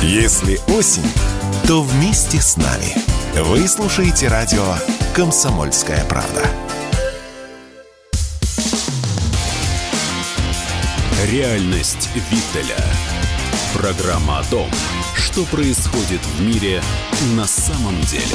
Если осень, то вместе с нами. Вы слушаете радио «Комсомольская правда». Реальность Виттеля. Программа о том, что происходит в мире на самом деле.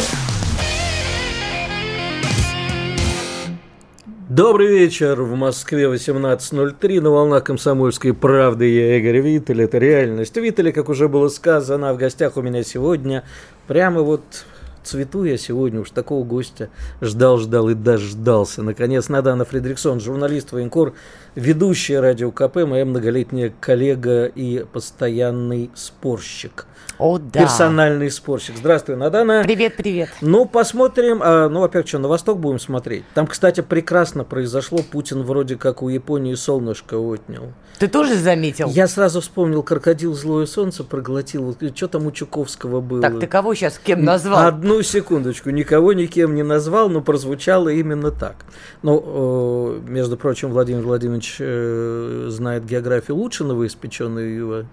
Добрый вечер. В Москве 18:03. На волнах «Комсомольской правды» я, Игорь Виттель. Это «Реальность Виттеля», как уже было сказано. А в гостях у меня сегодня прямо вот цвету я сегодня. Уж такого гостя ждал и дождался. Наконец, Надана Фридриксон, журналист, военкор, ведущая радио КП, моя многолетняя коллега и постоянный спорщик. О, да. Персональный спорщик. Здравствуй, Надана. Привет. Ну, посмотрим. Во-первых, что, на восток будем смотреть? Там, кстати, прекрасно произошло. Путин вроде как у Японии солнышко отнял. Ты тоже заметил? Я сразу вспомнил «Крокодил злое солнце», проглотил. Вот, что там у Чуковского было? Так, ты кого сейчас кем назвал? Одну секундочку. Никого никем не назвал, но прозвучало именно так. Ну, между прочим, Владимир Владимирович знает географию лучше новоиспеченного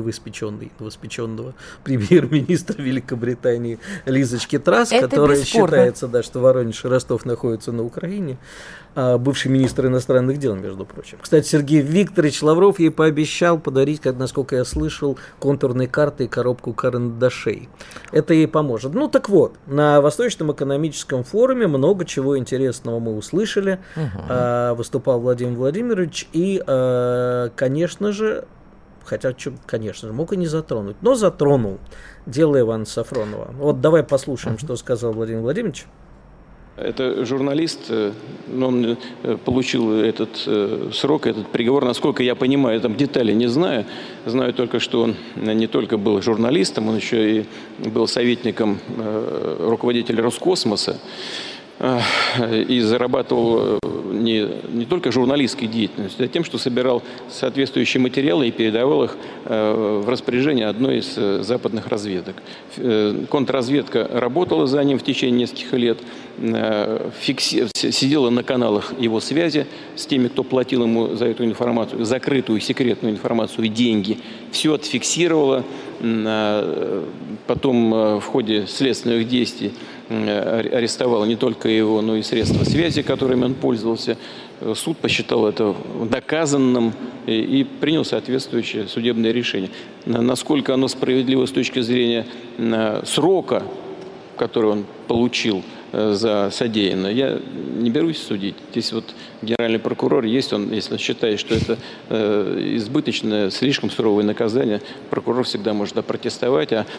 премьер-министра Великобритании Лизочки Трасс, которая считается, да, что Воронеж и Ростов находятся на Украине, а бывший министр иностранных дел, между прочим. Кстати, Сергей Викторович Лавров ей пообещал подарить, как, насколько я слышал, контурные карты и коробку карандашей. Это ей поможет. Ну так вот, на Восточном экономическом форуме много чего интересного мы услышали. Выступал Владимир Владимирович и, конечно же, мог и не затронуть, но затронул дело Ивана Сафронова. Вот давай послушаем, что сказал Владимир Владимирович. Это журналист, он получил этот срок, этот приговор, насколько я понимаю, я там детали не знаю. Знаю только, что он не только был журналистом, он еще и был советником руководителя Роскосмоса. И зарабатывал не только журналистской деятельностью, а тем, что собирал соответствующие материалы и передавал их в распоряжение одной из западных разведок. Контрразведка работала за ним в течение нескольких лет, сидела на каналах его связи с теми, кто платил ему за эту информацию, закрытую секретную информацию и деньги. Все отфиксировала. Потом в ходе следственных действий арестовала не только его, но и средства связи, которыми он пользовался. Суд посчитал это доказанным и принял соответствующее судебное решение. Насколько оно справедливо с точки зрения срока, который он получил за содеянное, я не берусь судить. Здесь вот генеральный прокурор есть, он, если считает, что это избыточное, слишком суровое наказание, прокурор всегда может опротестовать, а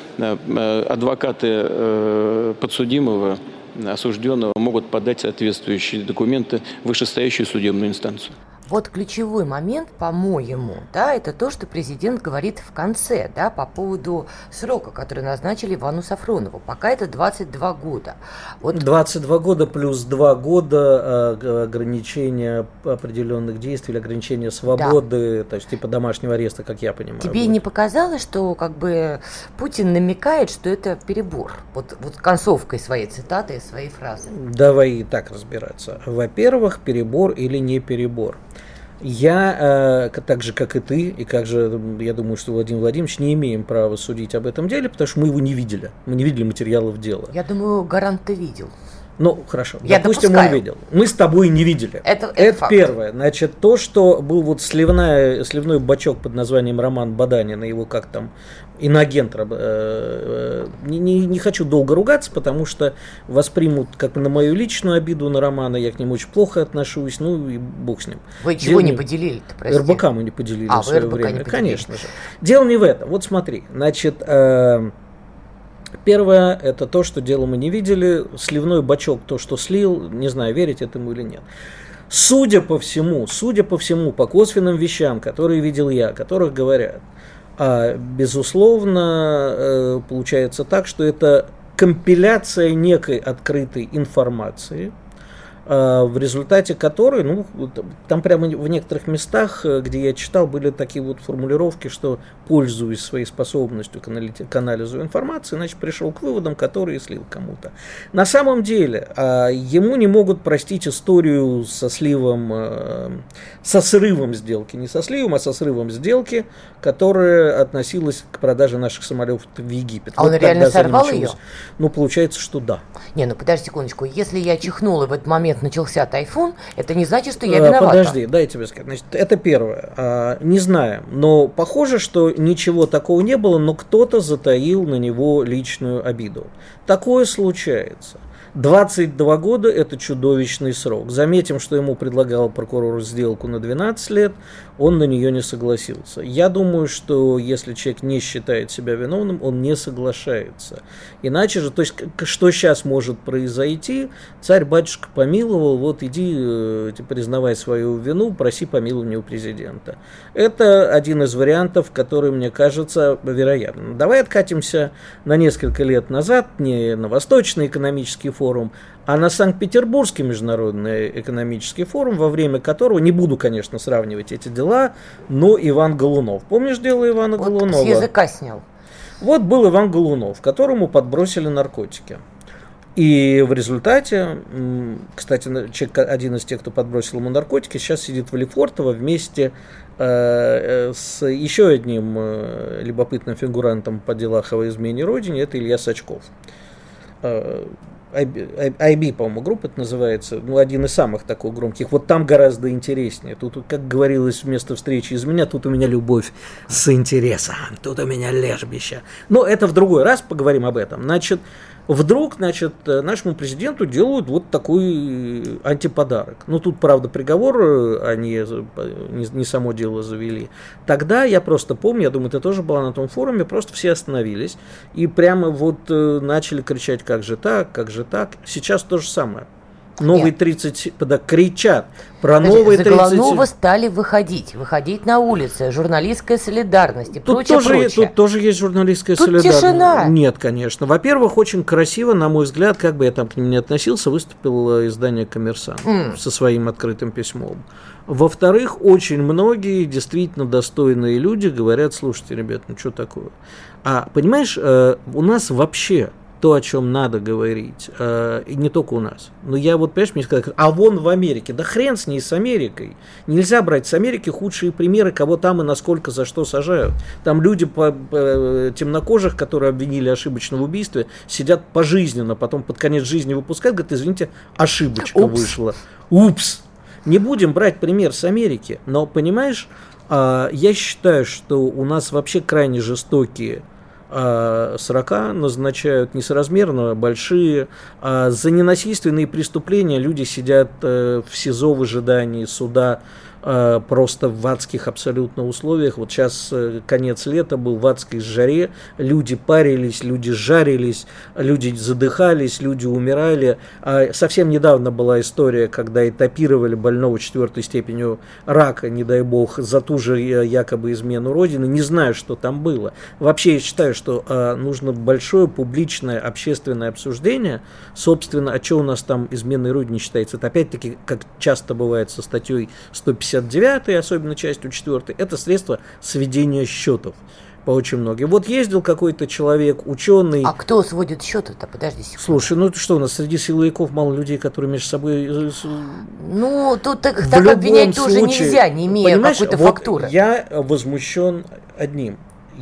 адвокаты подсудимого, осужденного могут подать соответствующие документы в вышестоящую судебную инстанцию. Вот ключевой момент, по-моему, да, это то, что президент говорит в конце, да, по поводу срока, который назначили Ивану Сафронову. Пока это 22 года. Вот... 22 года плюс 2 года ограничения определенных действий, ограничения свободы, да. То есть типа домашнего ареста, как я понимаю. Тебе не показалось, что как бы Путин намекает, что это перебор? Вот концовкой своей цитаты, своей фразы. Давай и так разбираться. Во-первых, перебор или не перебор. Я, так же, как и ты, и как же, я думаю, что Владимир Владимирович, не имеем права судить об этом деле, потому что мы его не видели. Мы не видели материалов дела. Я думаю, Гарант-то видел. Ну, хорошо, допустим, он видел. Мы с тобой не видели. Это первое. Значит, то, что был вот сливной бачок под названием Роман Баданин, его как там, иноагент, не хочу долго ругаться, потому что воспримут как на мою личную обиду на Романа, я к нему очень плохо отношусь, ну и бог с ним. Вы чего не поделили-то, прости? РБК мы не поделили в свое время, конечно же. Дело не в этом. Вот смотри, значит... Первое, это то, что дело мы не видели. Сливной бачок, то, что слил, не знаю, верить этому или нет. Судя по всему, по косвенным вещам, которые видел я, о которых говорят, безусловно, получается так, что это компиляция некой открытой информации, в результате которой, ну, там прямо в некоторых местах, где я читал, были такие вот формулировки, что, пользуясь своей способностью к анализу информации, значит, пришел к выводам, которые слил кому-то. На самом деле, ему не могут простить историю со срывом сделки, не со сливом, а со срывом сделки, которая относилась к продаже наших самолетов в Египет. А вот он реально сорвал ее? Ну, получается, что да. Не, ну подожди секундочку, если я чихнула, в этот момент начался тайфун, это не значит, что я виновата. Подожди, дай я тебе сказать. Значит, это первое. Не знаем, но похоже, что ничего такого не было, но кто-то затаил на него личную обиду. Такое случается. 22 года – это чудовищный срок. Заметим, что ему предлагал прокурор сделку на 12 лет, он на нее не согласился. Я думаю, что если человек не считает себя виновным, он не соглашается. Иначе же, то есть, что сейчас может произойти? Царь-батюшка помиловал, вот иди, признавай свою вину, проси помилования у президента. Это один из вариантов, который, мне кажется, вероятным. Давай откатимся на несколько лет назад, не на Восточный экономический форум, а на Санкт-Петербургский международный экономический форум, во время которого, не буду, конечно, сравнивать эти дела, но Иван Голунов. Помнишь дело Ивана Голунова? С языка снял. Вот был Иван Голунов, которому подбросили наркотики. И в результате, кстати, человек, один из тех, кто подбросил ему наркотики, сейчас сидит в Лефортово вместе с еще одним любопытным фигурантом по делах о измене Родине, это Илья Сачков. IB, по-моему, группа это называется, ну, один из самых таких громких. Вот там гораздо интереснее. Тут, как говорилось вместо встречи из меня, тут у меня любовь с интересом, тут у меня лежбище. Но это в другой раз поговорим об этом. Вдруг, нашему президенту делают вот такой антиподарок. Ну, тут, правда, приговор, они не само дело завели. Тогда я просто помню, я думаю, ты тоже была на том форуме, просто все остановились и прямо вот начали кричать, как же так, как же так. Сейчас то же самое. Новые 30, кричат про новые 30. За Голунова стали выходить на улицы, журналистская солидарность и прочее. Тут тоже есть журналистская солидарность. Тишина. Нет, конечно. Во-первых, очень красиво, на мой взгляд, как бы я там к ним не относился, выступило издание «Коммерсант» со своим открытым письмом. Во-вторых, очень многие действительно достойные люди говорят: слушайте, ребят, ну что такое? Понимаешь, у нас вообще то, о чем надо говорить, и не только у нас. Но я вот, понимаешь, мне сказали, а вон в Америке, да хрен с ней, с Америкой. Нельзя брать с Америки худшие примеры, кого там и насколько за что сажают. Там люди темнокожих, которые обвинили ошибочно в убийстве, сидят пожизненно, потом под конец жизни выпускают, говорят, извините, ошибочка вышла. Упс! Не будем брать пример с Америки, но, понимаешь, я считаю, что у нас вообще крайне жестокие срока назначают несоразмерно большие. За ненасильственные преступления люди сидят в СИЗО в ожидании суда просто в адских абсолютно условиях. Вот сейчас конец лета был в адской жаре, люди парились, люди жарились, люди задыхались, люди умирали. Совсем недавно была история, когда этапировали больного 4-й степенью рака, не дай бог, за ту же якобы измену Родины. Не знаю, что там было. Вообще я считаю, что нужно большое публичное общественное обсуждение, собственно, а что у нас там изменой Родины считается. Это опять-таки, как часто бывает со статьей 159, особенно частью 4, это средство сведения счетов по очень многим. Вот ездил какой-то человек, ученый. А кто сводит счеты-то? Подожди секунду. Слушай, ну что у нас среди силовиков мало людей, которые между собой... Ну, тут так обвинять тоже нельзя, не имея какой-то фактуры. Я возмущен одним.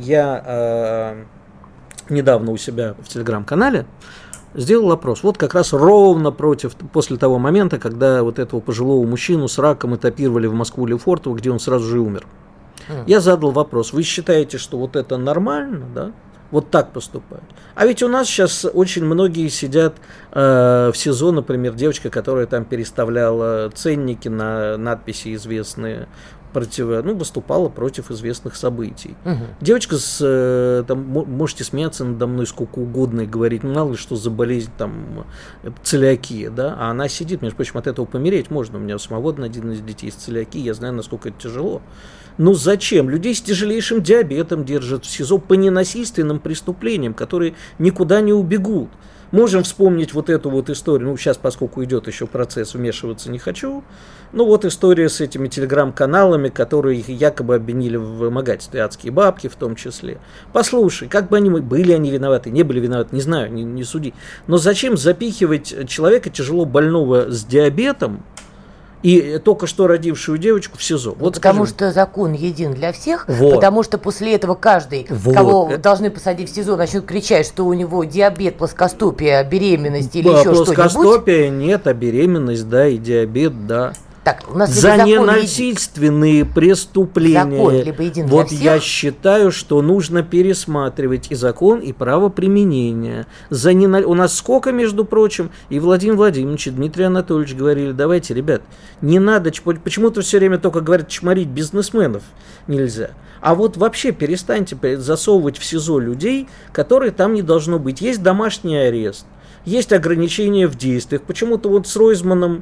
Я недавно у себя в телеграм-канале сделал опрос. Вот как раз ровно после того момента, когда вот этого пожилого мужчину с раком этапировали в Москву Лефортово, где он сразу же умер. Я задал вопрос: вы считаете, что вот это нормально, да? Вот так поступают. А ведь у нас сейчас очень многие сидят в СИЗО, например, девочка, которая там переставляла ценники на надписи известные, выступала против известных событий. Девочка можете смеяться надо мной сколько угодно и говорить, мало ли что за болезнь, там, целиакия, да, а она сидит, между прочим, от этого помереть можно. У меня самого один из детей с целиакией, я знаю, насколько это тяжело. Ну зачем? Людей с тяжелейшим диабетом держат в СИЗО по ненасильственным преступлениям, которые никуда не убегут. Можем вспомнить вот эту вот историю, сейчас, поскольку идет еще процесс, вмешиваться не хочу, вот история с этими телеграм-каналами, которые их якобы обвинили в вымогательстве, адские бабки в том числе. Послушай, как бы были они виноваты, не были виноваты, не знаю, не суди. Но зачем запихивать человека тяжело больного с диабетом и только что родившую девочку в СИЗО? Потому что закон един для всех, потому что после этого каждый, кого должны посадить в СИЗО, начнет кричать, что у него диабет, плоскостопие, беременность или еще что-нибудь. Плоскостопия нет, а беременность, да, и диабет, да. Так, у нас за ненасильственные преступления. Закон либо един для всех. Я считаю, что нужно пересматривать и закон, и правоприменение. У нас сколько, между прочим, и Владимир Владимирович, и Дмитрий Анатольевич говорили, давайте, ребят, не надо, почему-то все время только говорят, чморить бизнесменов нельзя. А вот вообще перестаньте засовывать в СИЗО людей, которые там не должно быть. Есть домашний арест. Есть ограничения в действиях. Почему-то с Ройзманом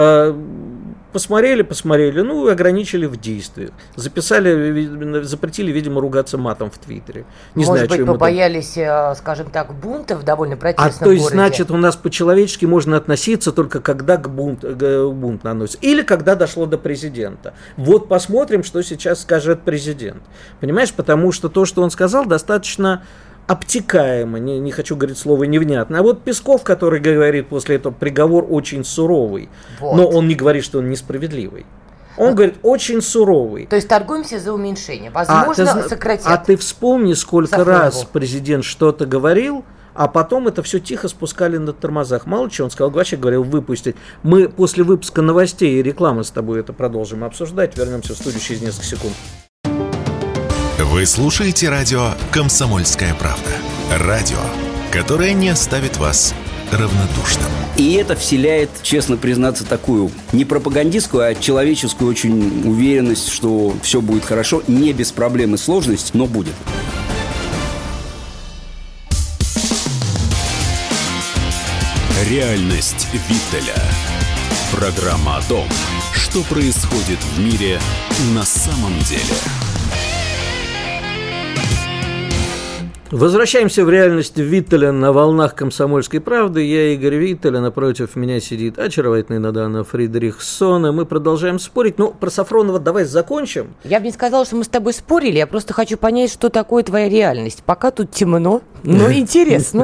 посмотрели, и ограничили в действиях. Запретили, видимо, ругаться матом в Твиттере. Может быть, побоялись, скажем так, бунтов в довольно протестном городе. То есть, значит, у нас по-человечески можно относиться только когда бунт наносится. Или когда дошло до президента. Посмотрим, что сейчас скажет президент. Понимаешь, потому что то, что он сказал, достаточно обтекаемо, не хочу говорить слово невнятно. А Песков, который говорит после этого, приговор очень суровый, но он не говорит, что он несправедливый. Он говорит, очень суровый. То есть торгуемся за уменьшение. Возможно, сократят. А ты вспомни, сколько раз президент что-то говорил, а потом это все тихо спускали на тормозах. Мало чего, он сказал, вообще говорил, выпустить. Мы после выпуска новостей и рекламы с тобой это продолжим обсуждать. Вернемся в студию через несколько секунд. Вы слушаете радио «Комсомольская правда». Радио, которое не оставит вас равнодушным. И это вселяет, честно признаться, такую не пропагандистскую, а человеческую очень уверенность, что все будет хорошо, не без проблем и сложностей, но будет. Реальность Виттеля. Программа о том, что происходит в мире на самом деле. Возвращаемся в реальность Виттеля на волнах «Комсомольской правды». Я Игорь Виттель, а напротив меня сидит очаровательная Надана Фридрихсон. И мы продолжаем спорить. Про Сафронова давай закончим. Я бы не сказала, что мы с тобой спорили. Я просто хочу понять, что такое твоя реальность. Пока тут темно, но интересно.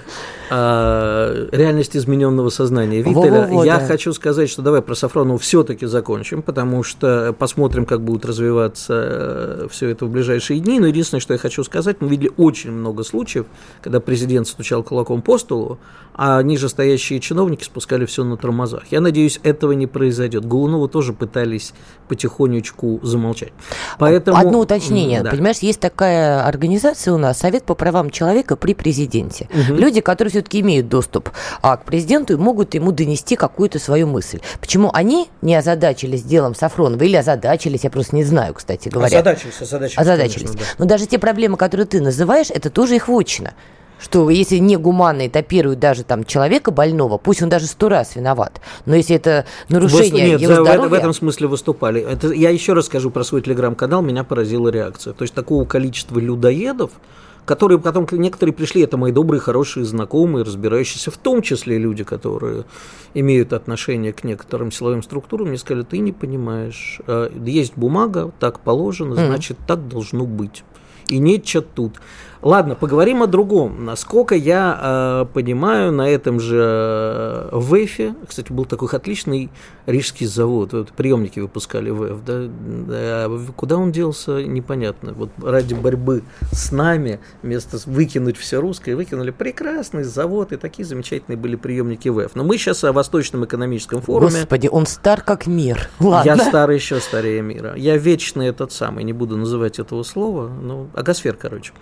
Реальность измененного сознания Виттеля. Я хочу сказать, что давай про Сафронова все-таки закончим, потому что посмотрим, как будет развиваться все это в ближайшие дни. Но единственное, что я хочу сказать, мы видели очень много случаев, когда президент стучал кулаком по столу, а нижестоящие чиновники спускали все на тормозах. Я надеюсь, этого не произойдет. Голунова тоже пытались потихонечку замолчать. Поэтому... Одно уточнение. Да. Понимаешь, есть такая организация у нас, Совет по правам человека при президенте. Люди, которые все-таки имеют доступ к президенту и могут ему донести какую-то свою мысль. Почему они не озадачились делом Сафронова? Или озадачились, я просто не знаю, кстати говоря. Озадачились. Конечно, да. Но даже те проблемы, которые ты называешь, это тоже их вотчина. Что если негуманно этапируют даже человека больного, пусть он даже 100 раз виноват, но если это нарушение его здоровья... в этом смысле выступали. Я еще раз скажу про свой телеграм-канал, меня поразила реакция. То есть такого количества людоедов, которые потом некоторые пришли, это мои добрые, хорошие знакомые, разбирающиеся, в том числе люди, которые имеют отношение к некоторым силовым структурам, мне сказали, ты не понимаешь, есть бумага, так положено, значит, так должно быть. И нечего тут. Ладно, поговорим о другом. Насколько я понимаю, на этом же ВЭФе, кстати, был такой отличный рижский завод, приемники выпускали ВЭФ, да, куда он делся, непонятно. Ради борьбы с нами, вместо выкинуть все русское, выкинули прекрасный завод, и такие замечательные были приемники ВЭФ. Но мы сейчас о Восточном экономическом форуме. Господи, он стар как мир. Ладно. Я старый, еще старее мира. Я вечный этот самый, не буду называть этого слова, агосфер, короче.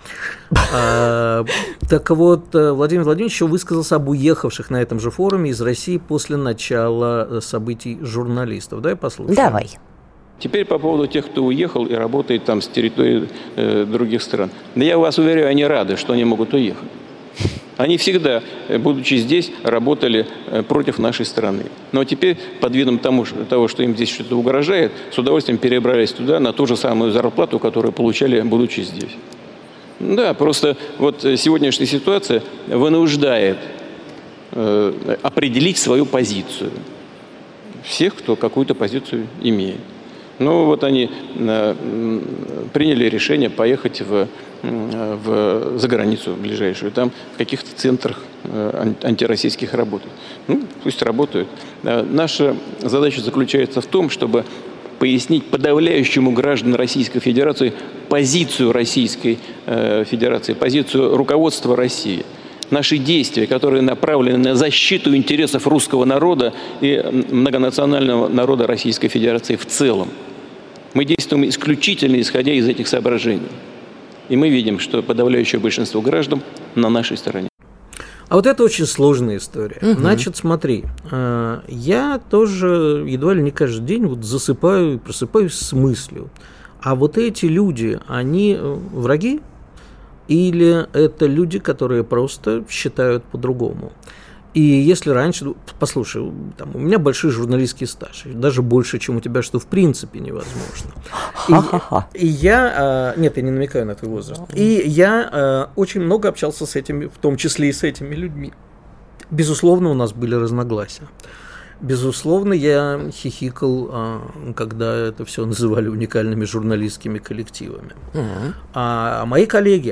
Так вот, Владимир Владимирович еще высказался об уехавших на этом же форуме из России после начала событий журналистов. Давай послушаем. Давай. Теперь по поводу тех, кто уехал и работает там с территории других стран. Да я вас уверяю, они рады, что они могут уехать. Они всегда, будучи здесь, работали против нашей страны. Но теперь, под видом того, что им здесь что-то угрожает, с удовольствием перебрались туда на ту же самую зарплату, которую получали, будучи здесь. Да, просто сегодняшняя ситуация вынуждает определить свою позицию. Всех, кто какую-то позицию имеет. Ну, вот они приняли решение поехать за границу ближайшую, там в каких-то центрах антироссийских работать. Ну, пусть работают. Наша задача заключается в том, чтобы пояснить подавляющему граждан Российской Федерации позицию Российской Федерации, позицию руководства России. Наши действия, которые направлены на защиту интересов русского народа и многонационального народа Российской Федерации в целом. Мы действуем исключительно исходя из этих соображений. И мы видим, что подавляющее большинство граждан на нашей стороне. А вот это очень сложная история. Значит, смотри, я тоже едва ли не каждый день вот засыпаю и просыпаюсь с мыслью. А вот эти люди, они враги? Или это люди, которые просто считают по-другому? И если раньше, послушай, там, у меня большой журналистский стаж, даже больше, чем у тебя, что в принципе невозможно. И я, нет, я не намекаю на твой возраст, и я очень много общался с этими, в том числе и с этими людьми. Безусловно, у нас были разногласия. Безусловно, я хихикал, когда это все называли уникальными журналистскими коллективами. А мои коллеги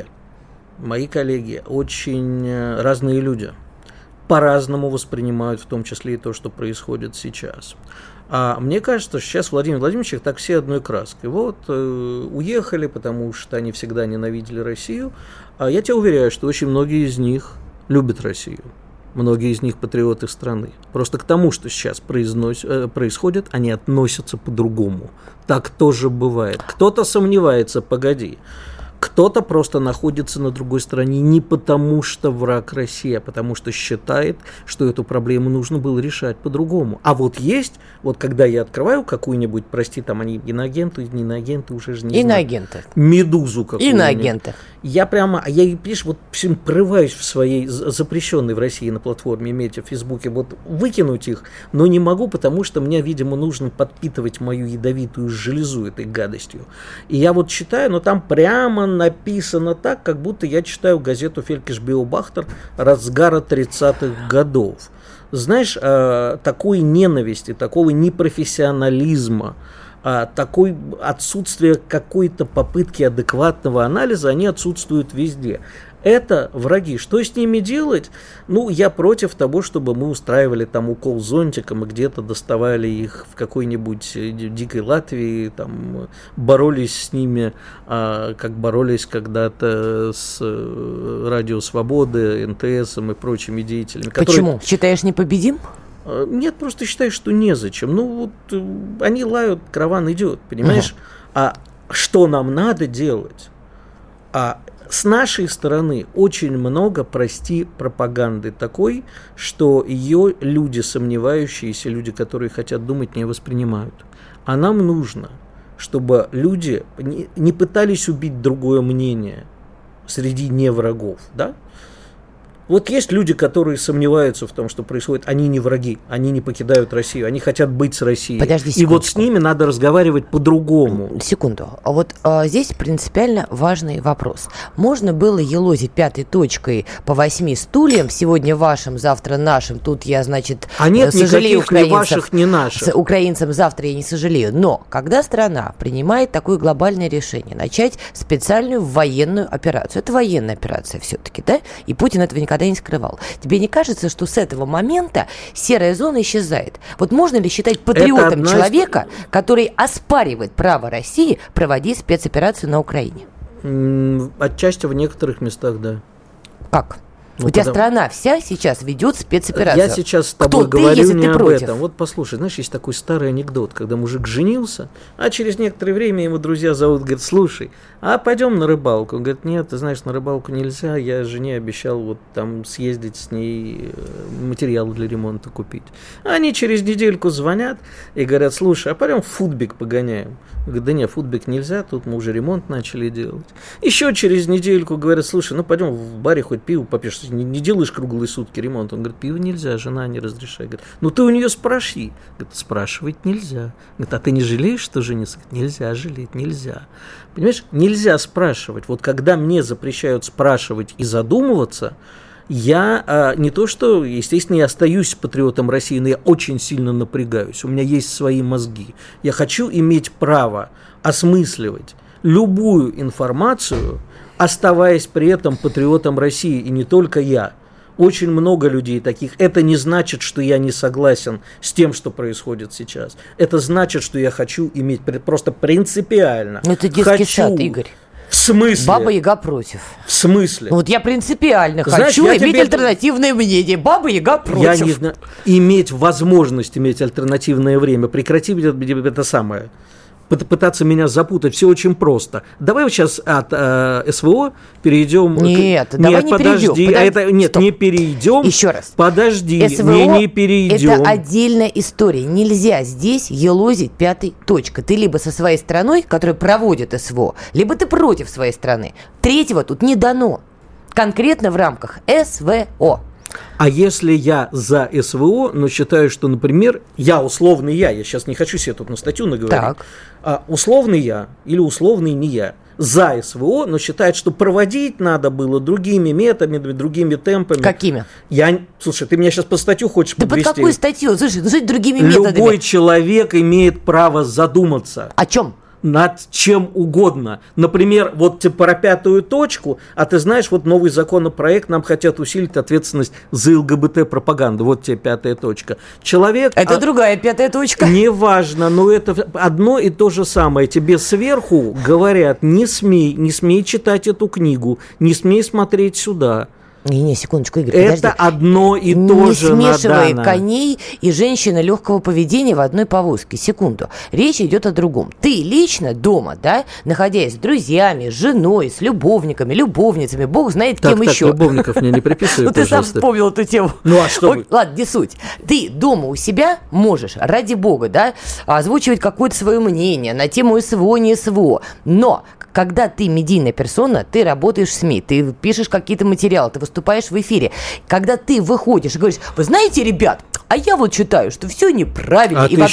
очень разные люди. По-разному воспринимают, в том числе и то, что происходит сейчас. А мне кажется, что сейчас Владимир Владимирович так все одной краской. Вот, уехали, потому что они всегда ненавидели Россию. А я тебя уверяю, что очень многие из них любят Россию. Многие из них патриоты страны. Просто к тому, что сейчас происходит, они относятся по-другому. Так тоже бывает. Кто-то сомневается, погоди. Кто-то просто находится на другой стороне не потому, что враг России, а потому что считает, что эту проблему нужно было решать по-другому. А вот есть, вот когда я открываю какую-нибудь, прости, там они иноагенты, уже же не иноагенты. Знаю, медузу какую-нибудь. Иноагенты. Я видишь, вот всем прорываюсь в своей запрещенной в России на платформе медиа в Фейсбуке, вот выкинуть их, но не могу, потому что мне, видимо, нужно подпитывать мою ядовитую железу этой гадостью. И я вот читаю, но там прямо написано так, как будто я читаю газету «Фелькиш Биобахтер» разгара 30-х годов. Знаешь, такой ненависти, такого непрофессионализма, такое отсутствие какой-то попытки адекватного анализа, они отсутствуют везде. Это враги. Что с ними делать? Ну, я против того, чтобы мы устраивали там укол зонтиком и где-то доставали их в какой-нибудь дикой Латвии, там, боролись с ними, как боролись когда-то с Радио Свободы, НТСом и прочими деятелями. Почему? Считаешь, не победим? Нет, просто считаю, что незачем. Ну, вот они лают, караван идет, понимаешь? А что нам надо делать? С нашей стороны очень много, прости, пропаганды такой, что ее люди, сомневающиеся, люди, которые хотят думать, не воспринимают. А нам нужно, чтобы люди не пытались убить другое мнение среди неврагов, да? Вот есть люди, которые сомневаются в том, что происходит, они не враги, они не покидают Россию, они хотят быть с Россией. Подожди секундочку. И вот с ними надо разговаривать по-другому. Секунду. Вот здесь принципиально важный вопрос. Можно было елозить пятой точкой по 8 стульям, сегодня вашим, завтра нашим, тут я, значит, сожалею украинцев. Ни ваших, ни наших. Украинцам завтра я не сожалею. Но когда страна принимает такое глобальное решение, начать специальную военную операцию, это военная операция все-таки, да? И Путин этого никогда не скрывал. Тебе не кажется, что с этого момента серая зона исчезает? Вот можно ли считать патриотом человека, который оспаривает право России проводить спецоперацию на Украине? Отчасти в некоторых местах, да. Как? У тебя страна вся сейчас ведет спецоперацию. Я сейчас с тобой говорю не об этом. Вот послушай, знаешь, есть такой старый анекдот, когда мужик женился, а через некоторое время его друзья зовут, говорят, слушай, а пойдем на рыбалку? Он говорит, нет, ты знаешь, на рыбалку нельзя, я жене обещал вот там съездить с ней, материалы для ремонта купить. Они через недельку звонят и говорят, слушай, а пойдем в футбик погоняем. Говорит, да нет, футбик нельзя, тут мы уже ремонт начали делать. Еще через недельку говорят, слушай, ну пойдем в баре хоть пиво попьешь, не делаешь круглые сутки ремонт. Он говорит, пиво нельзя, жена не разрешает. Говорит, ну ты у нее спроси. Говорит, спрашивать нельзя. Говорит, а ты не жалеешь, что женился? Говорит, нельзя жалеть, нельзя. Понимаешь, нельзя спрашивать. Вот когда мне запрещают спрашивать и задумываться, Я не то что, естественно, я остаюсь патриотом России, но я очень сильно напрягаюсь. У меня есть свои мозги. Я хочу иметь право осмысливать любую информацию, оставаясь при этом патриотом России, и не только я. Очень много людей таких. Это не значит, что я не согласен с тем, что происходит сейчас. Это значит, что я хочу иметь просто принципиально. Это детский сад, Игорь. В смысле? Баба-Яга против. В смысле? Вот я принципиально хочу иметь альтернативное мнение. Баба-Яга против. Я не знаю. Иметь возможность иметь альтернативное время. Прекрати это самое. Пытаться меня запутать. Все очень просто. Давай сейчас от СВО перейдем... Нет, давай не подожди. перейдем. Нет, не перейдем. Еще раз. Подожди, СВО не перейдем. Это отдельная история. Нельзя здесь елозить пятой точкой. Ты либо со своей страной, которая проводит СВО, либо ты против своей страны. Третьего тут не дано. Конкретно в рамках СВО. А если я за СВО, но считаю, что, например, я сейчас не хочу себе тут на статью наговорить, условный я или условный не я, за СВО, но считает, что проводить надо было другими методами, другими темпами. Какими? Слушай, ты меня сейчас по статью хочешь подвести? Да под какую статью? Слушай, другими методами. Любой человек имеет право задуматься. О чем? Над чем угодно. Например, вот про пятую точку, а ты знаешь, вот новый законопроект, нам хотят усилить ответственность за ЛГБТ-пропаганду. Вот тебе пятая точка. Человек... Это другая пятая точка. Неважно, но это одно и то же самое. Тебе сверху говорят, не смей читать эту книгу, не смей смотреть сюда. Не, секундочку, Игорь, это подожди. Одно и то же. Не смешивай коней и женщины легкого поведения в одной повозке. Секунду. Речь идет о другом. Ты лично дома, да, находясь с друзьями, с женой, с любовниками, любовницами, бог знает кем еще. Любовников мне не приписывай, ну, ты сам вспомнил эту тему. Ну, а что? Ладно, не суть. Ты дома у себя можешь, ради бога, да, озвучивать какое-то свое мнение на тему СВО, не СВО. Но когда ты медийная персона, ты работаешь в СМИ, ты пишешь какие-то материалы, ты выступаешь в эфире. Когда ты выходишь и говоришь, вы знаете, ребят, а я вот считаю, что все неправильно. Ты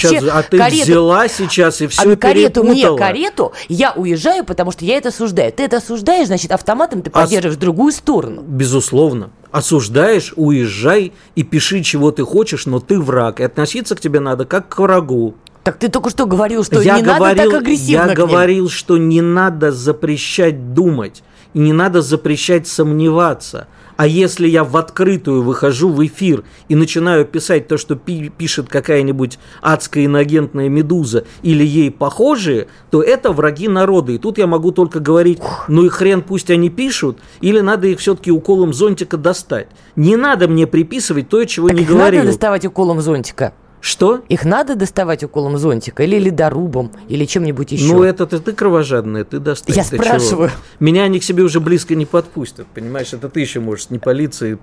взяла сейчас и все перепутала. Карету, я уезжаю, потому что я это осуждаю. Ты это осуждаешь, значит, автоматом ты поддерживаешь другую сторону. Безусловно. Осуждаешь, уезжай и пиши, чего ты хочешь, но ты враг. И относиться к тебе надо как к врагу. Так ты только что говорил, что надо так агрессивно. Я говорил, что не надо запрещать думать, и не надо запрещать сомневаться. А если я в открытую выхожу в эфир и начинаю писать то, что пишет какая-нибудь адская иноагентная медуза или ей похожие, то это враги народа. И тут я могу только говорить, ну и хрен пусть они пишут, или надо их все-таки уколом зонтика достать. Не надо мне приписывать то, чего не говорил. Надо доставать уколом зонтика. Что? Их надо доставать уколом зонтика или ледорубом, или чем-нибудь еще? Ну, это ты кровожадная, ты достань. Я спрашиваю. Чего? Меня они к себе уже близко не подпустят, понимаешь? Это ты еще можешь не полиции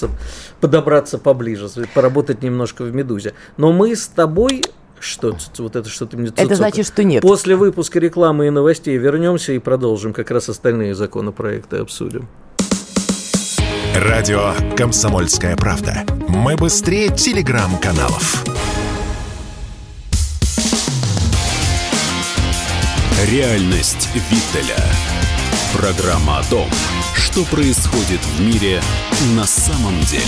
подобраться поближе, поработать немножко в «Медузе». Но мы с тобой... Что ты мне цуцока? Это значит, что нет. После выпуска рекламы и новостей вернемся и продолжим. Как раз остальные законопроекты обсудим. Радио «Комсомольская правда». Мы быстрее телеграм-каналов. Реальность Виттеля. Программа о том, что происходит в мире на самом деле.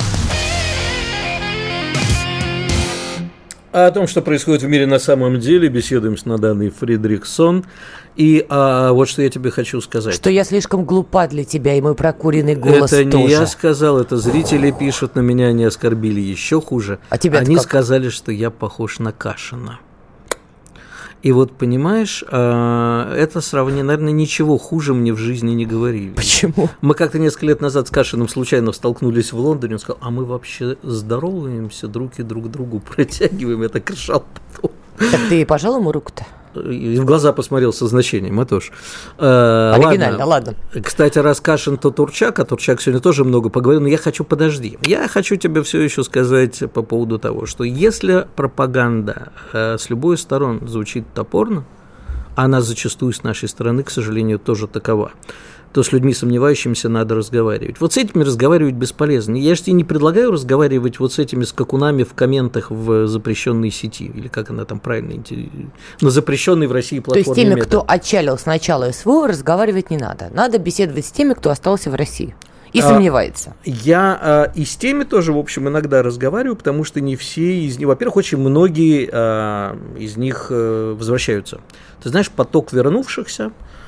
О том, что происходит в мире на самом деле, беседуем с Наданой Фридрихсон. И вот что я тебе хочу сказать. Что я слишком глупа для тебя, и мой прокуренный голос тоже. Это не я сказал, это зрители пишут на меня, они оскорбили еще хуже. А тебя они сказали, что я похож на Кашина. И вот, понимаешь, это сравнение, наверное, ничего хуже мне в жизни не говорили. Почему? Мы как-то несколько лет назад с Кашиным случайно столкнулись в Лондоне, он сказал, а мы вообще здороваемся, руки друг к другу протягиваем, я так ржал потом. Так ты пожал ему руку-то? И в глаза посмотрел со значением, Матош. Оригинально, ладно. Кстати, раз Кашин, то Турчак, а Турчак сегодня тоже много поговорил, но я хочу тебе все еще сказать по поводу того, что если пропаганда с любой стороны звучит топорно, она зачастую с нашей стороны, к сожалению, тоже такова, то с людьми сомневающимися надо разговаривать. Вот с этими разговаривать бесполезно. Я же тебе не предлагаю разговаривать вот с этими скакунами в комментах в запрещенной сети, или как она там правильно, на запрещенной в России платформе. То есть теми, кто отчалил с начала СВО, разговаривать не надо. Надо беседовать с теми, кто остался в России. И сомневается. Я и с теми тоже, в общем, иногда разговариваю, потому что не все из них, во-первых, очень многие из них возвращаются. Ты знаешь, поток вернувшихся,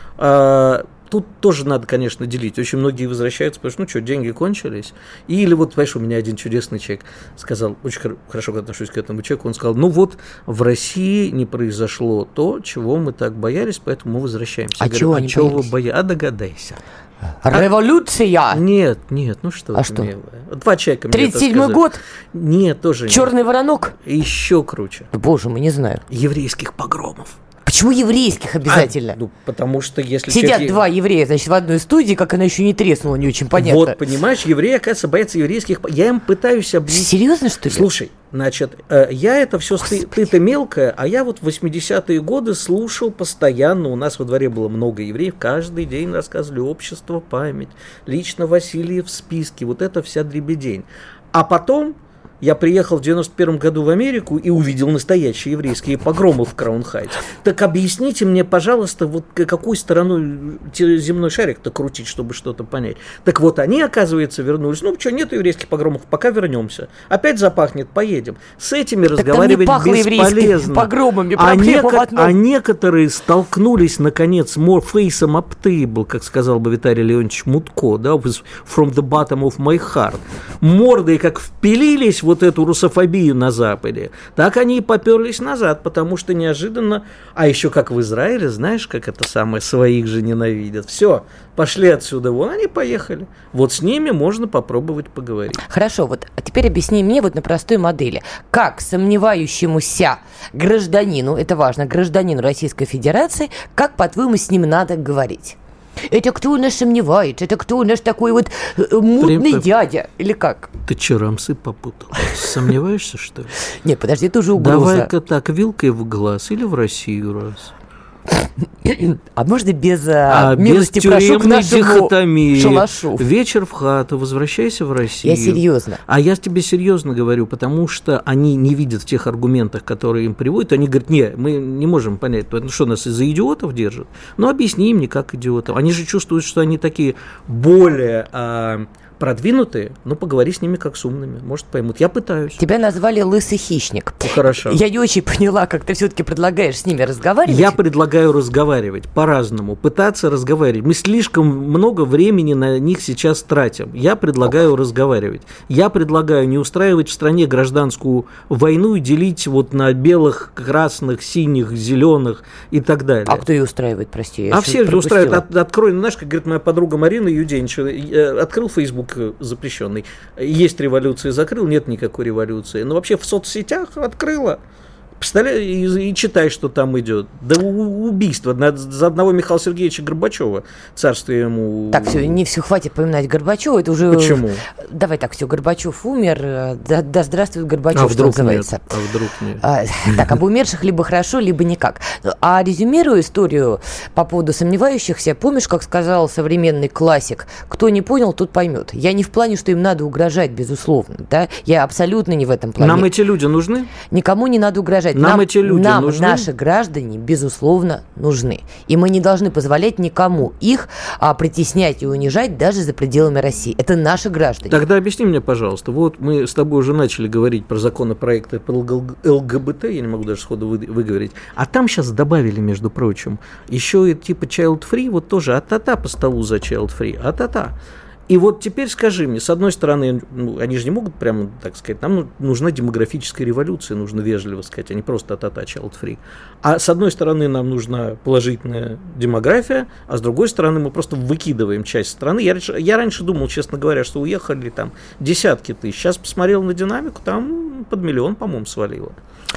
тут тоже надо, конечно, делить. Очень многие возвращаются, потому что, деньги кончились. Или вот, понимаешь, у меня один чудесный человек сказал, очень хорошо отношусь к этому человеку, он сказал, в России не произошло то, чего мы так боялись, поэтому мы возвращаемся. А чего они боялись? Вы боялись? Догадайся. Революция? Нет, что ты, что? Милая. 2 человека 37-й год? Нет, тоже Черный воронок? Еще круче. Боже мой, не знаю. Еврейских погромов. Почему еврейских обязательно? Потому что если... Сидят 2 еврея, значит, в одной студии, как она еще не треснула, не очень понятно. Вот, понимаешь, евреи, оказывается, боятся еврейских... Я им пытаюсь объяснить... Серьезно, что ли? Слушай, значит, я это все... Ты-то мелкая, а я вот в 80-е годы слушал постоянно. У нас во дворе было много евреев. Каждый день рассказывали «Общество, память», лично Васильев в списке. Вот это вся дребедень. А потом... Я приехал в 91 году в Америку и увидел настоящие еврейские погромы в Краун-Хайтс. Так объясните мне, пожалуйста, вот какую сторону земной шарик-то крутить, чтобы что-то понять. Так вот, они, оказывается, вернулись. Нет еврейских погромов, пока вернемся. Опять запахнет, поедем. С этими разговаривать бесполезно. Погромами, а некоторые столкнулись, наконец, more face-em up table, как сказал бы Виталий Леонтьевич Мутко, да, from the bottom of my heart. Мордой как впилились вот эту русофобию на Западе, так они и поперлись назад, потому что неожиданно, а еще как в Израиле, знаешь, как это самое, своих же ненавидят. Все, пошли отсюда, вон они поехали. Вот с ними можно попробовать поговорить. Хорошо, а теперь объясни мне на простой модели, как сомневающемуся гражданину, это важно, гражданину Российской Федерации, как, по-твоему, с ним надо говорить? Это кто у нас сомневается? Это кто у нас такой мутный дядя? Или как? Ты че, рамсы попутал? Сомневаешься, что ли? Нет, подожди, это уже угроза. Давай-ка так, вилкой в глаз или в Россию раз. А можно без милости прошу к нашему дихотомии. Шалашу? Вечер в хату, возвращайся в Россию. Я серьезно. А я тебе серьезно говорю, потому что они не видят в тех аргументах, которые им приводят. Они говорят, мы не можем понять, что нас из-за идиотов держат. Объясни им не как идиотов. Они же чувствуют, что они такие более... продвинутые, поговори с ними как с умными, может, поймут. Я пытаюсь. Тебя назвали лысый хищник. Хорошо. Я не очень поняла, как ты все-таки предлагаешь с ними разговаривать. Я предлагаю разговаривать по-разному, пытаться разговаривать. Мы слишком много времени на них сейчас тратим. Я предлагаю разговаривать. Я предлагаю не устраивать в стране гражданскую войну и делить на белых, красных, синих, зеленых и так далее. А кто ее устраивает, прости? Все устраивают. Открой, знаешь, как говорит моя подруга Марина Юденчева, открыл Facebook запрещенный. Есть революция, закрыл, нет никакой революции. Но вообще в соцсетях открыла. Представляешь, и читай, что там идет. Да убийство за одного Михаила Сергеевича Горбачева. Царствие ему... Так, все, не все, хватит поминать Горбачева. Это уже... Почему? Давай так, все, Горбачев умер. Да здравствует Горбачев, что называется. Вдруг нет? Так, об умерших либо хорошо, либо никак. А резюмируя историю по поводу сомневающихся, помнишь, как сказал современный классик, кто не понял, тот поймет. Я не в плане, что им надо угрожать, безусловно. Да? Я абсолютно не в этом плане. Нам эти люди нужны? Никому не надо угрожать. Нам эти люди нужны? Наши граждане, безусловно, нужны. И мы не должны позволять никому их притеснять и унижать даже за пределами России. Это наши граждане. Тогда объясни мне, пожалуйста. Вот мы с тобой уже начали говорить про законопроекты по ЛГБТ, я не могу даже сходу выговорить. А там сейчас добавили, между прочим, еще и типа child free, вот тоже а-та-та по столу за child free, а-та-та. И вот теперь скажи мне, с одной стороны, они же не могут прямо так сказать, нам нужна демографическая революция, нужно вежливо сказать, а не просто а-та-та, child free. А с одной стороны, нам нужна положительная демография, а с другой стороны, мы просто выкидываем часть страны. Я раньше думал, честно говоря, что уехали там десятки тысяч. Сейчас посмотрел на динамику, там под 1 миллион, по-моему, свалило.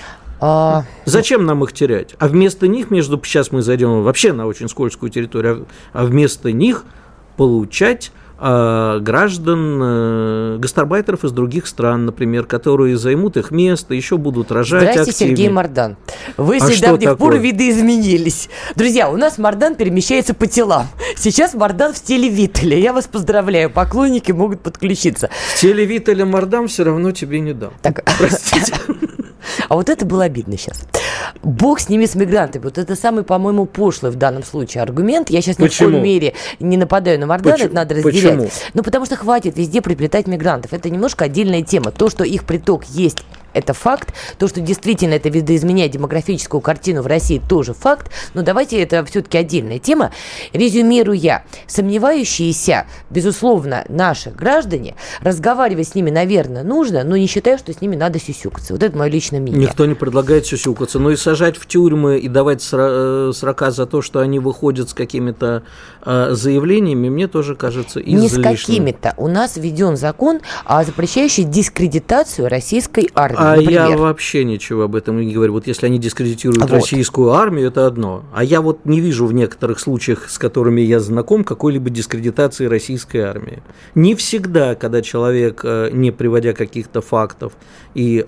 Зачем нам их терять? А вместо них, сейчас мы зайдем вообще на очень скользкую территорию, а вместо них получать граждан, гастарбайтеров из других стран, например, которые займут их место, еще будут рожать активнее. Здрасте, Сергей Мардан. Вы с недавних пор видоизменились. Друзья, у нас Мардан перемещается по телам. Сейчас Мардан в стиле Виттеля. Я вас поздравляю, поклонники могут подключиться. В теле Виттеля Мардан все равно тебе не дам. Так. Простите. А вот это было обидно сейчас. Бог с ними, с мигрантами. Вот это самый, по-моему, пошлый в данном случае аргумент. Я сейчас ни в коем мере не нападаю на Мардана, это надо разделять. Почему? Ну, потому что хватит везде приплетать мигрантов. Это немножко отдельная тема. То, что их приток есть, это факт. То, что действительно это видоизменяет демографическую картину в России, тоже факт. Но давайте, это все-таки отдельная тема. Резюмируя, сомневающиеся, безусловно, наши граждане, разговаривать с ними, наверное, нужно, но не считаю, что с ними надо сюсюкаться. Вот это мое личное мнение. Никто не предлагает сюсюкаться. Но и сажать в тюрьмы и давать срока за то, что они выходят с какими-то заявлениями, мне тоже кажется излишним. Не с какими-то. У нас введен закон, запрещающий дискредитацию российской армии. Я вообще ничего об этом не говорю. Вот если они дискредитируют российскую армию, это одно. А я вот не вижу в некоторых случаях, с которыми я знаком, какой-либо дискредитации российской армии. Не всегда, когда человек, не приводя каких-то фактов, и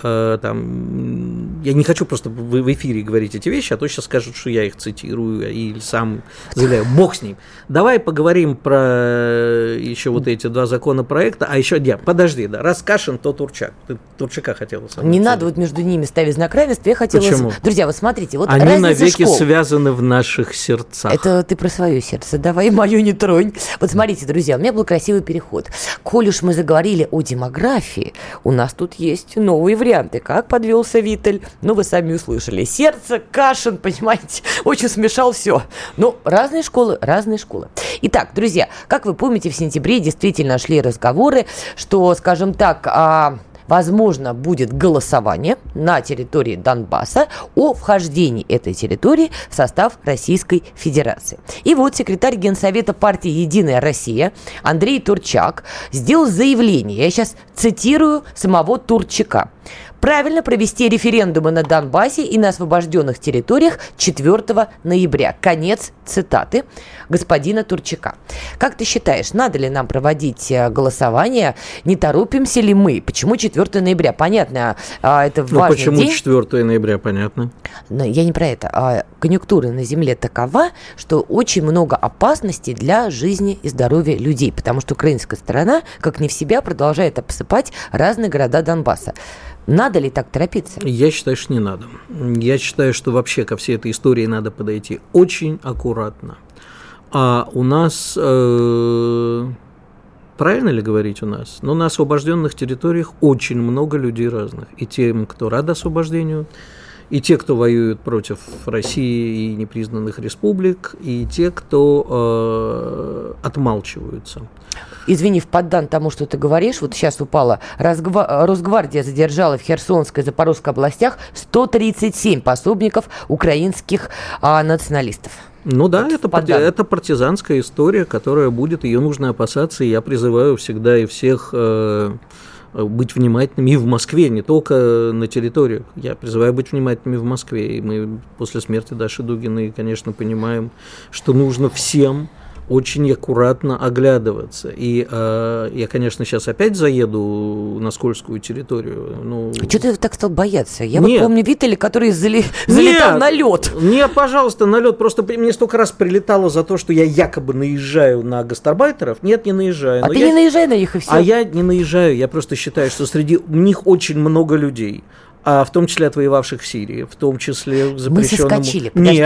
там, я не хочу просто в эфире говорить эти вещи, а то сейчас скажут, что я их цитирую или сам заявляю. Бог с ним. Давай поговорим про еще вот эти два законопроекта. А еще, подожди, раз Кашин, то Турчак. Ты Турчака хотела сказать. Не надо вот между ними ставить знак равенства. Я хотела... Почему? Друзья, вот смотрите, вот они навеки школ. Связаны в наших сердцах. Это ты про свое сердце, давай мое не тронь. Вот смотрите, друзья, у меня был красивый переход. Коль уж мы заговорили о демографии, у нас тут есть новые варианты. Как подвелся Виттель? Ну, вы сами услышали. Сердце, Кашин, понимаете, очень смешал все. Ну, разные школы, разные школы. Итак, друзья, как вы помните, в сентябре действительно шли разговоры, что, скажем так, возможно, будет голосование на территории Донбасса о вхождении этой территории в состав Российской Федерации. И вот секретарь Генсовета партии «Единая Россия» Андрей Турчак сделал заявление, я сейчас цитирую самого Турчака: правильно провести референдумы на Донбассе и на освобожденных территориях 4 ноября. Конец цитаты господина Турчака. Как ты считаешь, надо ли нам проводить голосование? Не торопимся ли мы? Почему 4 ноября? Понятно, это важный почему день. 4 ноября? Понятно. Но я не про это. Конъюнктура на Земле такова, что очень много опасностей для жизни и здоровья людей, потому что украинская сторона, как не в себя, продолжает обсыпать разные города Донбасса. Надо ли так торопиться? Я считаю, что не надо. Я считаю, что вообще ко всей этой истории надо подойти очень аккуратно. А у нас, правильно ли говорить у нас? Но на освобожденных территориях очень много людей разных. И тем, кто рад освобождению, и те, кто воюют против России и непризнанных республик, и те, кто отмалчиваются. Извини, поддан тому, что ты говоришь, вот сейчас упала. Росгвардия задержала в Херсонской и Запорожской областях 137 пособников украинских националистов. Ну да, это партизанская история, которая будет, ее нужно опасаться, и я призываю всегда и всех быть внимательными и в Москве, не только на территориях. Я призываю быть внимательными в Москве, и мы после смерти Даши Дугиной, конечно, понимаем, что нужно всем очень аккуратно оглядываться. И я, конечно, сейчас опять заеду на скользкую территорию. Что ты так стал бояться? Я вот помню Виттеля, который залетал на лед. Нет, пожалуйста, на лед. Просто мне столько раз прилетало за то, что я якобы наезжаю на гастарбайтеров. Нет, не наезжаю. А ты не наезжай на них и все. А я не наезжаю. Я просто считаю, что среди них очень много людей. В том числе отвоевавших в Сирии, в том числе запрещенному... Мы соскочили, подожди.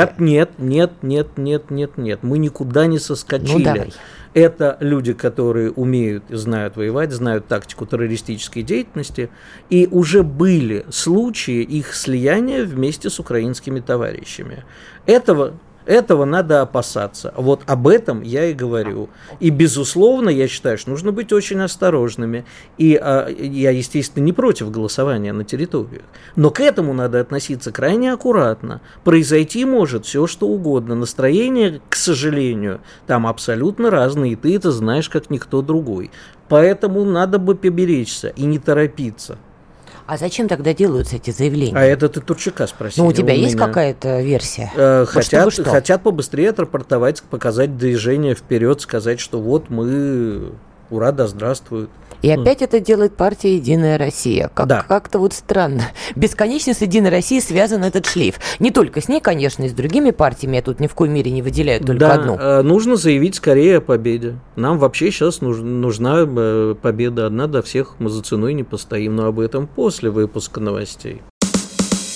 Нет, мы никуда не соскочили. Это люди, которые умеют и знают воевать, знают тактику террористической деятельности, и уже были случаи их слияния вместе с украинскими товарищами. Этого надо опасаться. Вот об этом я и говорю. И, безусловно, я считаю, что нужно быть очень осторожными. И я, естественно, не против голосования на территориях. Но к этому надо относиться крайне аккуратно. Произойти может все, что угодно. Настроения, к сожалению, там абсолютно разные. И ты это знаешь, как никто другой. Поэтому надо бы поберечься и не торопиться. А зачем тогда делаются эти заявления? А это ты Турчака спросил. Ну, у тебя есть какая-то версия? Хотят побыстрее отрапортовать, показать движение вперед, сказать, что вот мы, ура, да здравствует. И опять это делает партия «Единая Россия». Как-то вот странно. Бесконечно с «Единой Россией» связан этот шлейф. Не только с ней, конечно, и с другими партиями. Я тут ни в коей мере не выделяю только одну. Нужно заявить скорее о победе. Нам вообще сейчас нужна победа одна для всех. Мы за ценой не постоим. Но об этом после выпуска новостей.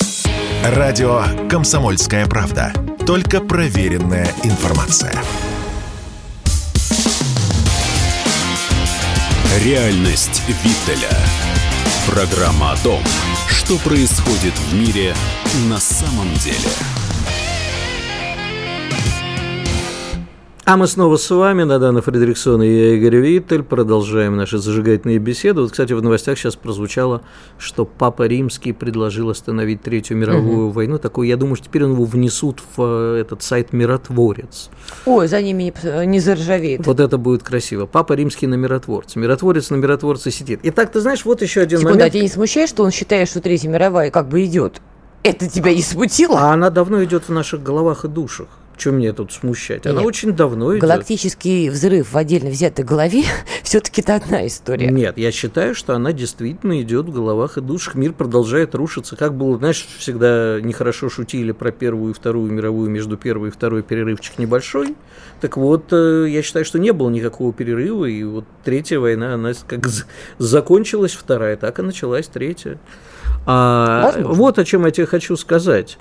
Радио «Комсомольская правда». Только проверенная информация. Реальность Виттеля. Программа о том, что происходит в мире на самом деле. А мы снова с вами, Надана Фридрихсон и я, Игорь Виттель. Продолжаем наши зажигательные беседы. Вот, кстати, в новостях сейчас прозвучало, что Папа Римский предложил остановить Третью мировую войну. Такой, я думаю, что теперь его внесут в этот сайт «Миротворец». Ой, за ними не заржавеет. Вот это будет красиво. Папа Римский на «Миротворце». Миротворец на «Миротворце» сидит. Итак, ты знаешь, вот еще один момент. А тебя не смущает, что он считает, что Третья мировая как бы идет? Это тебя не смутило? А она давно идет в наших головах и душах. Что мне тут смущать? Она очень давно идет. Галактический взрыв в отдельно взятой голове все-таки это одна история. Нет, я считаю, что она действительно идет в головах и душах. Мир продолжает рушиться. Как было, знаешь, всегда нехорошо шутили про Первую и Вторую мировую, между Первой и Второй перерывчик небольшой. Так вот, я считаю, что не было никакого перерыва, и вот Третья война, она как закончилась Вторая, так и началась Третья. Вот о чем я тебе хочу сказать.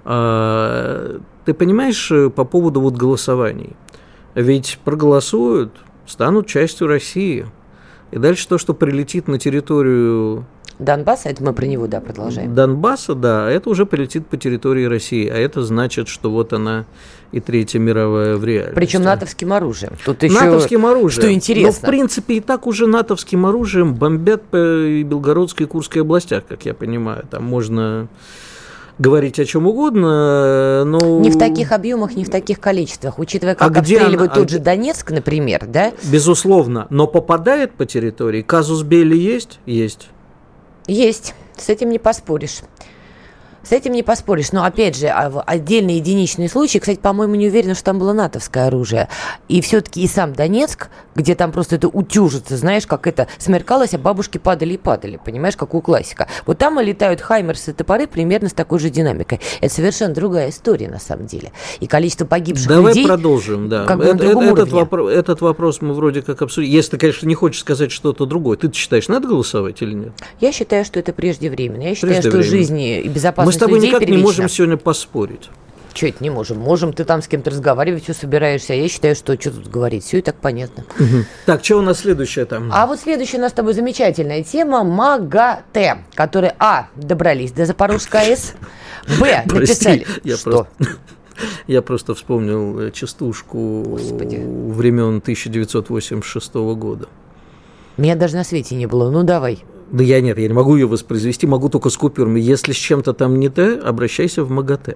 Ты понимаешь, по поводу вот голосований, ведь проголосуют, станут частью России, и дальше то, что прилетит на территорию Донбасса, это мы про него, да, продолжаем. Донбасса, да, это уже прилетит по территории России, а это значит, что вот она и Третья мировая в реальности. Причем натовским оружием. Тут еще натовским оружием. Что интересно. Но, в принципе, и так уже натовским оружием бомбят по Белгородской и Курской областях, как я понимаю. Там можно говорить о чем угодно, но... Не в таких объемах, не в таких количествах. Учитывая, как обстреливают тот же Донецк, например, да? Безусловно. Но попадает по территории. Казус белли есть? Есть. Есть. С этим не поспоришь. С этим не поспоришь. Но, опять же, отдельные единичные случаи, кстати, по-моему, не уверена, что там было натовское оружие. И все-таки и сам Донецк, где там просто это утюжится, знаешь, как это смеркалось, а бабушки падали и падали, понимаешь, как у классика. Вот там и летают хаймерсы и топоры примерно с такой же динамикой. Это совершенно другая история, на самом деле. И количество погибших людей... Давай продолжим, да. Как бы на другом уровне. Этот вопрос мы вроде как обсудили. Если ты, конечно, не хочешь сказать что-то другое. Ты считаешь, надо голосовать или нет? Я считаю, что это преждевременно. Я считаю, что жизни и безопасность мы с тобой людей никак первична. не можем сегодня поспорить. Чего это не можем? Можем, ты там с кем-то разговаривать, все собираешься, а я считаю, что тут говорить, все и так понятно. Так, что у нас следующее там? А вот следующая у нас с тобой замечательная тема МАГАТЭ, которые, добрались до Запорожской АЭС, написали, что... Я просто вспомнил частушку времен 1986 года. Меня даже на свете не было, ну давай. Да я не могу ее воспроизвести, могу только с купюрами. Если с чем-то там не то, обращайся в МАГАТЭ.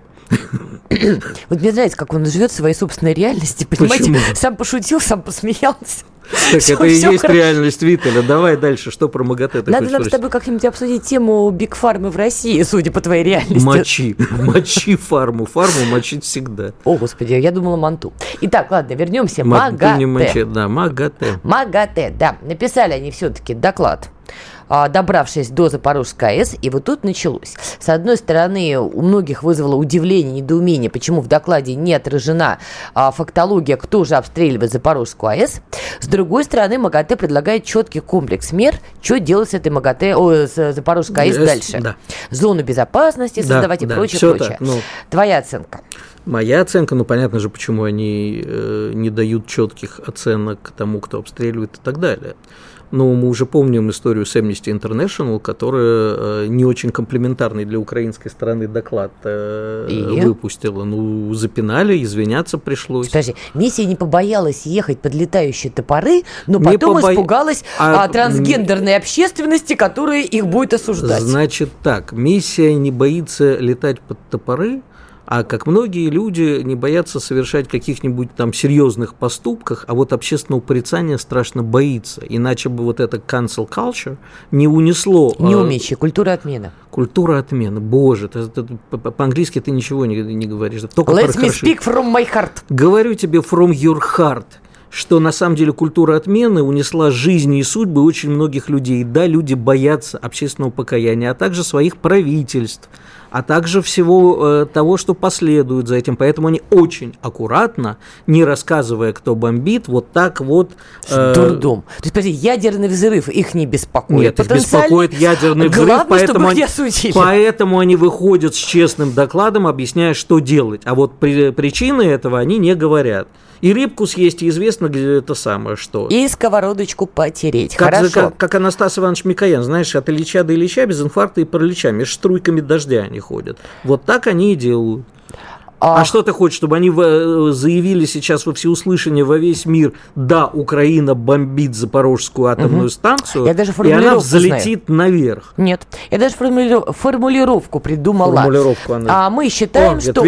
Вот мне нравится, как он живет в своей собственной реальности, понимаете? Почему? Сам пошутил, сам посмеялся. Так все, это и есть хорошо. Реальность Виттеля. Давай дальше, что про МАГАТЭ ты Надо нам с тобой как-нибудь обсудить тему бигфармы в России, судя по твоей реальности. Мочи фарму мочить всегда. О, господи, я думала манту. Итак, ладно, вернемся. МАГАТЭ. Да, МАГАТЭ. МАГАТЭ, да. Написали они все-таки доклад, добравшись до Запорожской АЭС, и вот тут началось. С одной стороны, у многих вызвало удивление, недоумение, почему в докладе не отражена фактология, кто же обстреливает Запорожскую АЭС. С другой стороны, МАГАТЭ предлагает четкий комплекс мер, что делать с этой с Запорожской АЭС дальше. Да. Зону безопасности создавать и прочее. Твоя оценка? Моя оценка, понятно же, почему они не дают четких оценок тому, кто обстреливает и так далее. Но мы уже помним историю с Amnesty International, которая не очень комплиментарный для украинской стороны доклад выпустила. Запинали, извиняться пришлось. Подожди, миссия не побоялась ехать под летающие топоры, но потом испугалась трансгендерной общественности, которая их будет осуждать. Значит так, миссия не боится летать под топоры, а как многие люди не боятся совершать каких-нибудь там серьезных поступков, а вот общественного порицания страшно боится. Иначе бы вот это cancel culture не унесло. Неумещие, культура отмены. Культура отмены. Боже, по-английски ты ничего не говоришь. Только Let me speak from my heart. Говорю тебе from your heart. Что на самом деле культура отмены унесла жизни и судьбы очень многих людей. Да, люди боятся общественного покаяния, а также своих правительств, а также всего того, что последует за этим. Поэтому они очень аккуратно, не рассказывая, кто бомбит, вот так вот... Дурдом. То есть, подожди, ядерный взрыв их не беспокоит? Нет, их беспокоит ядерный взрыв, поэтому они выходят с честным докладом, объясняя, что делать. А вот причины этого они не говорят. И рыбку съесть, и известно, где это самое, что. И сковородочку потереть. Хорошо. Как Анастас Иванович Микоян, знаешь, от Ильича до Ильича, без инфаркта и паралича, между струйками дождя они ходят. Вот так они и делают. А что ты хочешь, чтобы они заявили сейчас во всеуслышание во весь мир: да, Украина бомбит Запорожскую атомную станцию, и она взлетит наверх? Нет, я даже формулировку придумала. Мы считаем, что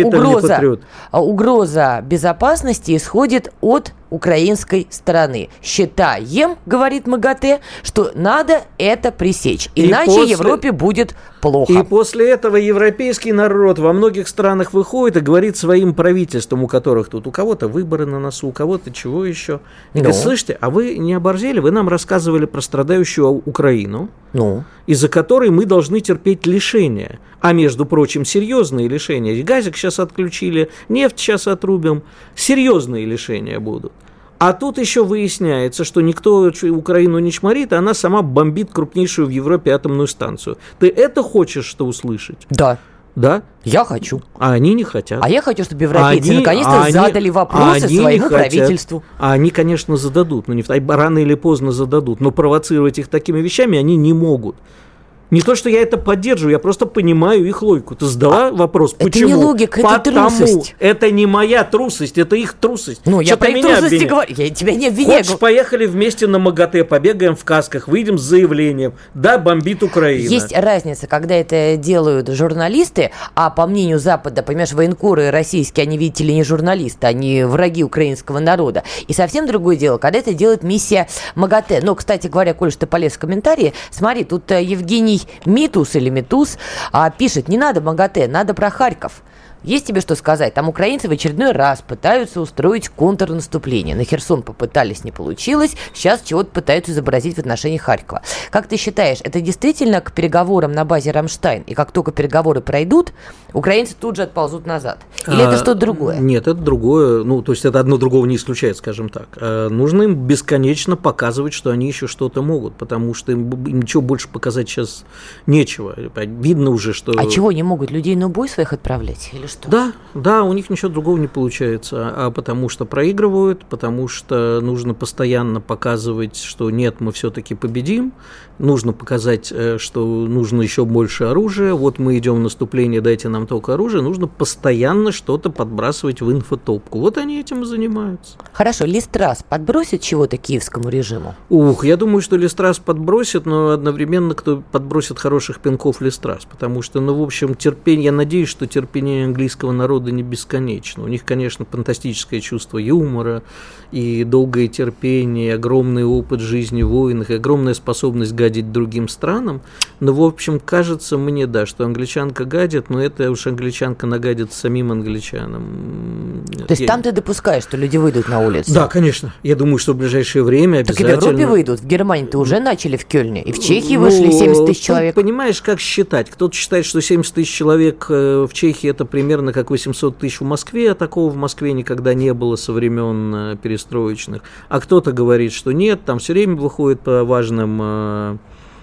угроза безопасности исходит от украинской стороны. Считаем, говорит МАГАТЭ, что надо это пресечь, иначе Европе будет плохо. И после этого европейский народ во многих странах выходит и говорит своим правительствам, у которых тут у кого-то выборы на носу, у кого-то чего еще. И говорит: слышите, а вы не оборзели? Вы нам рассказывали про страдающую Украину, из-за которой мы должны терпеть лишения. А между прочим, серьезные лишения. Газик сейчас отключили, нефть сейчас отрубим. Серьезные лишения будут. А тут еще выясняется, что никто Украину не чморит, а она сама бомбит крупнейшую в Европе атомную станцию. Ты это хочешь что услышать? Да. Да? Я хочу. А они не хотят. А я хочу, чтобы европейцы наконец-то задали вопросы своему правительству. А они, конечно, зададут. Рано или поздно зададут. Но провоцировать их такими вещами они не могут. Не то, что я это поддерживаю, я просто понимаю их логику. Ты задала вопрос, почему? Это не логика, это трусость. Это не моя трусость, это их трусость. Я про их трусости говорю, я тебя не обвиняю. Хочешь, поехали вместе на МАГАТЭ, побегаем в касках, выйдем с заявлением: да, бомбит Украина. Есть разница, когда это делают журналисты, а по мнению Запада, понимаешь, военкоры российские, они, видите ли, не журналисты, они враги украинского народа. И совсем другое дело, когда это делает миссия МАГАТЭ. Но, кстати говоря, коль что ты полез в комментарии, смотри, тут Евгений Митус или Митус пишет: не надо МАГАТЭ, надо про Харьков. Есть тебе что сказать? Там украинцы в очередной раз пытаются устроить контрнаступление. На Херсон попытались, не получилось. Сейчас чего-то пытаются изобразить в отношении Харькова. Как ты считаешь, это действительно к переговорам на базе Рамштайн? И как только переговоры пройдут, украинцы тут же отползут назад? Или это что-то другое? Нет, это другое. То есть это одно другого не исключает, скажем так. Нужно им бесконечно показывать, что они еще что-то могут, потому что им ничего больше показать сейчас нечего. Видно уже, что... А чего не могут? Людей на бой своих отправлять? Или что? Да, у них ничего другого не получается, потому что проигрывают, потому что нужно постоянно показывать, что нет, мы все-таки победим, нужно показать, что нужно еще больше оружия, вот мы идем в наступление, дайте нам только оружие, нужно постоянно что-то подбрасывать в инфотопку. Вот они этим и занимаются. Хорошо, Листрас подбросит чего-то киевскому режиму? Я думаю, что Листрас подбросит, но одновременно кто подбросит хороших пинков Листрас, потому что, в общем, терпение, я надеюсь, что терпение английского народа не бесконечно. У них, конечно, фантастическое чувство юмора и долгое терпение, и огромный опыт жизни в войнах, и огромная способность гадить другим странам. Но, в общем, кажется мне, что англичанка гадит, но это уж англичанка нагадит самим англичанам. То есть там ты допускаешь, что люди выйдут на улицу? Да, конечно. Я думаю, что в ближайшее время обязательно... Так и в Европе выйдут. В Германии-то уже начали в Кёльне. И в Чехии вышли 70 тысяч человек. Понимаешь, как считать? Кто-то считает, что 70 тысяч человек в Чехии – это примерно как 800 тысяч в Москве, а такого в Москве никогда не было со времен перестроечных. А кто-то говорит, что нет, там все время выходит по важным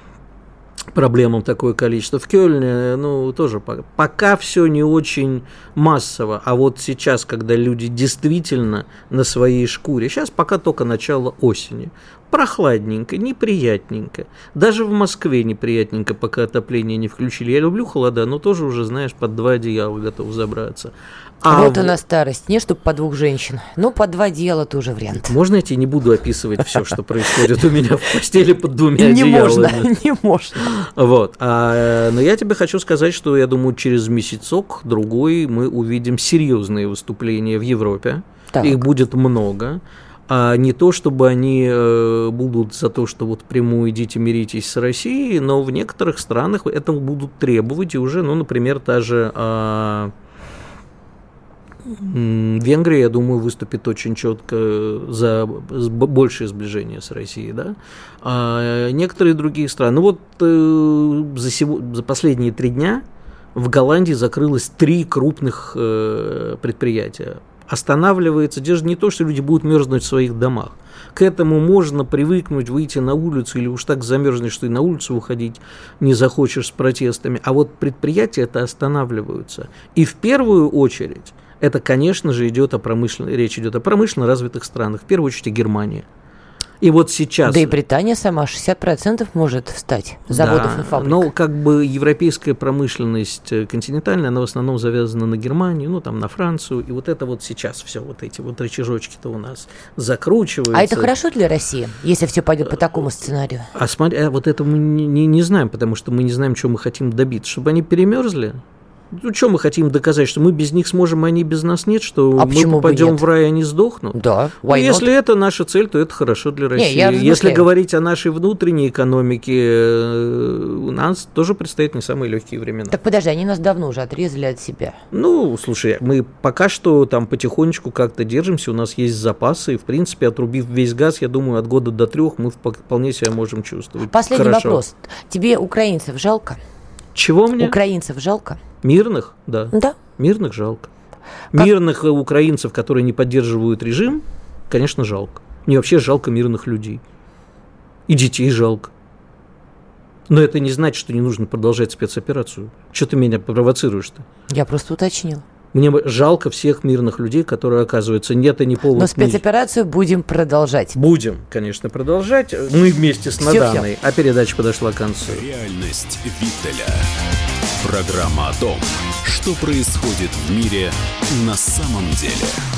проблемам такое количество. В Кёльне, тоже пока все не очень массово. А вот сейчас, когда люди действительно на своей шкуре, сейчас пока только начало осени, прохладненько, неприятненько. Даже в Москве неприятненько, пока отопление не включили. Я люблю холода, но тоже уже, знаешь, под 2 одеяла готов забраться. Вот она старость, не чтобы по 2 женщин. По 2 одеяла тоже вариант. Можно я тебе не буду описывать все, что происходит у меня в постели под 2 одеялами? Не можно. Но я тебе хочу сказать, что я думаю, через месяцок-другой мы увидим серьезные выступления в Европе. Их будет много. А не то, чтобы они будут за то, что прямую идите миритесь с Россией, но в некоторых странах это будут требовать, и уже, например, та же Венгрия, я думаю, выступит очень четко за большее сближение с Россией, да? А некоторые другие страны. За последние 3 дня В Голландии закрылось 3 крупных предприятия. Останавливается, даже не то, что люди будут мерзнуть в своих домах. К этому можно привыкнуть, выйти на улицу, или уж так замерзнешь, что и на улицу выходить не захочешь с протестами. А вот предприятия-то останавливаются. И в первую очередь, это, конечно же, речь идет о промышленно развитых странах, в первую очередь о Германии. И вот сейчас... Да и Британия сама 60% может встать заводов и фабрик. Но как бы европейская промышленность континентальная, она в основном завязана на Германию, ну там на Францию. И вот это вот сейчас все вот эти вот рычажочки-то у нас закручиваются. А это хорошо для России, если все пойдет по такому сценарию? Вот это мы не знаем, потому что мы не знаем, чего мы хотим добиться. Чтобы они перемерзли? Ну, что мы хотим доказать, что мы без них сможем, а они без нас нет, что мы попадем в рай, и они сдохнут? Да. Если это наша цель, то это хорошо для России. Если говорить о нашей внутренней экономике, у нас тоже предстоят не самые легкие времена. Так подожди, они нас давно уже отрезали от себя. Ну, слушай, мы пока что там потихонечку как-то держимся, у нас есть запасы, и, в принципе, отрубив весь газ, я думаю, от года до 3 мы вполне себя можем чувствовать. Последний вопрос. Тебе украинцев жалко? Чего мне? Украинцев жалко? Мирных? Да. Да? Мирных жалко. Мирных украинцев, которые не поддерживают режим, конечно, жалко. Мне вообще жалко мирных людей. И детей жалко. Но это не значит, что не нужно продолжать спецоперацию. Что ты меня провоцируешь-то? Я просто уточнил. Мне жалко всех мирных людей, которые, оказывается, нет и не повод. Но спецоперацию будем продолжать. Будем, конечно, продолжать. Мы вместе с Наданой. А передача подошла к концу. Реальность Виттеля. Программа о том, что происходит в мире на самом деле.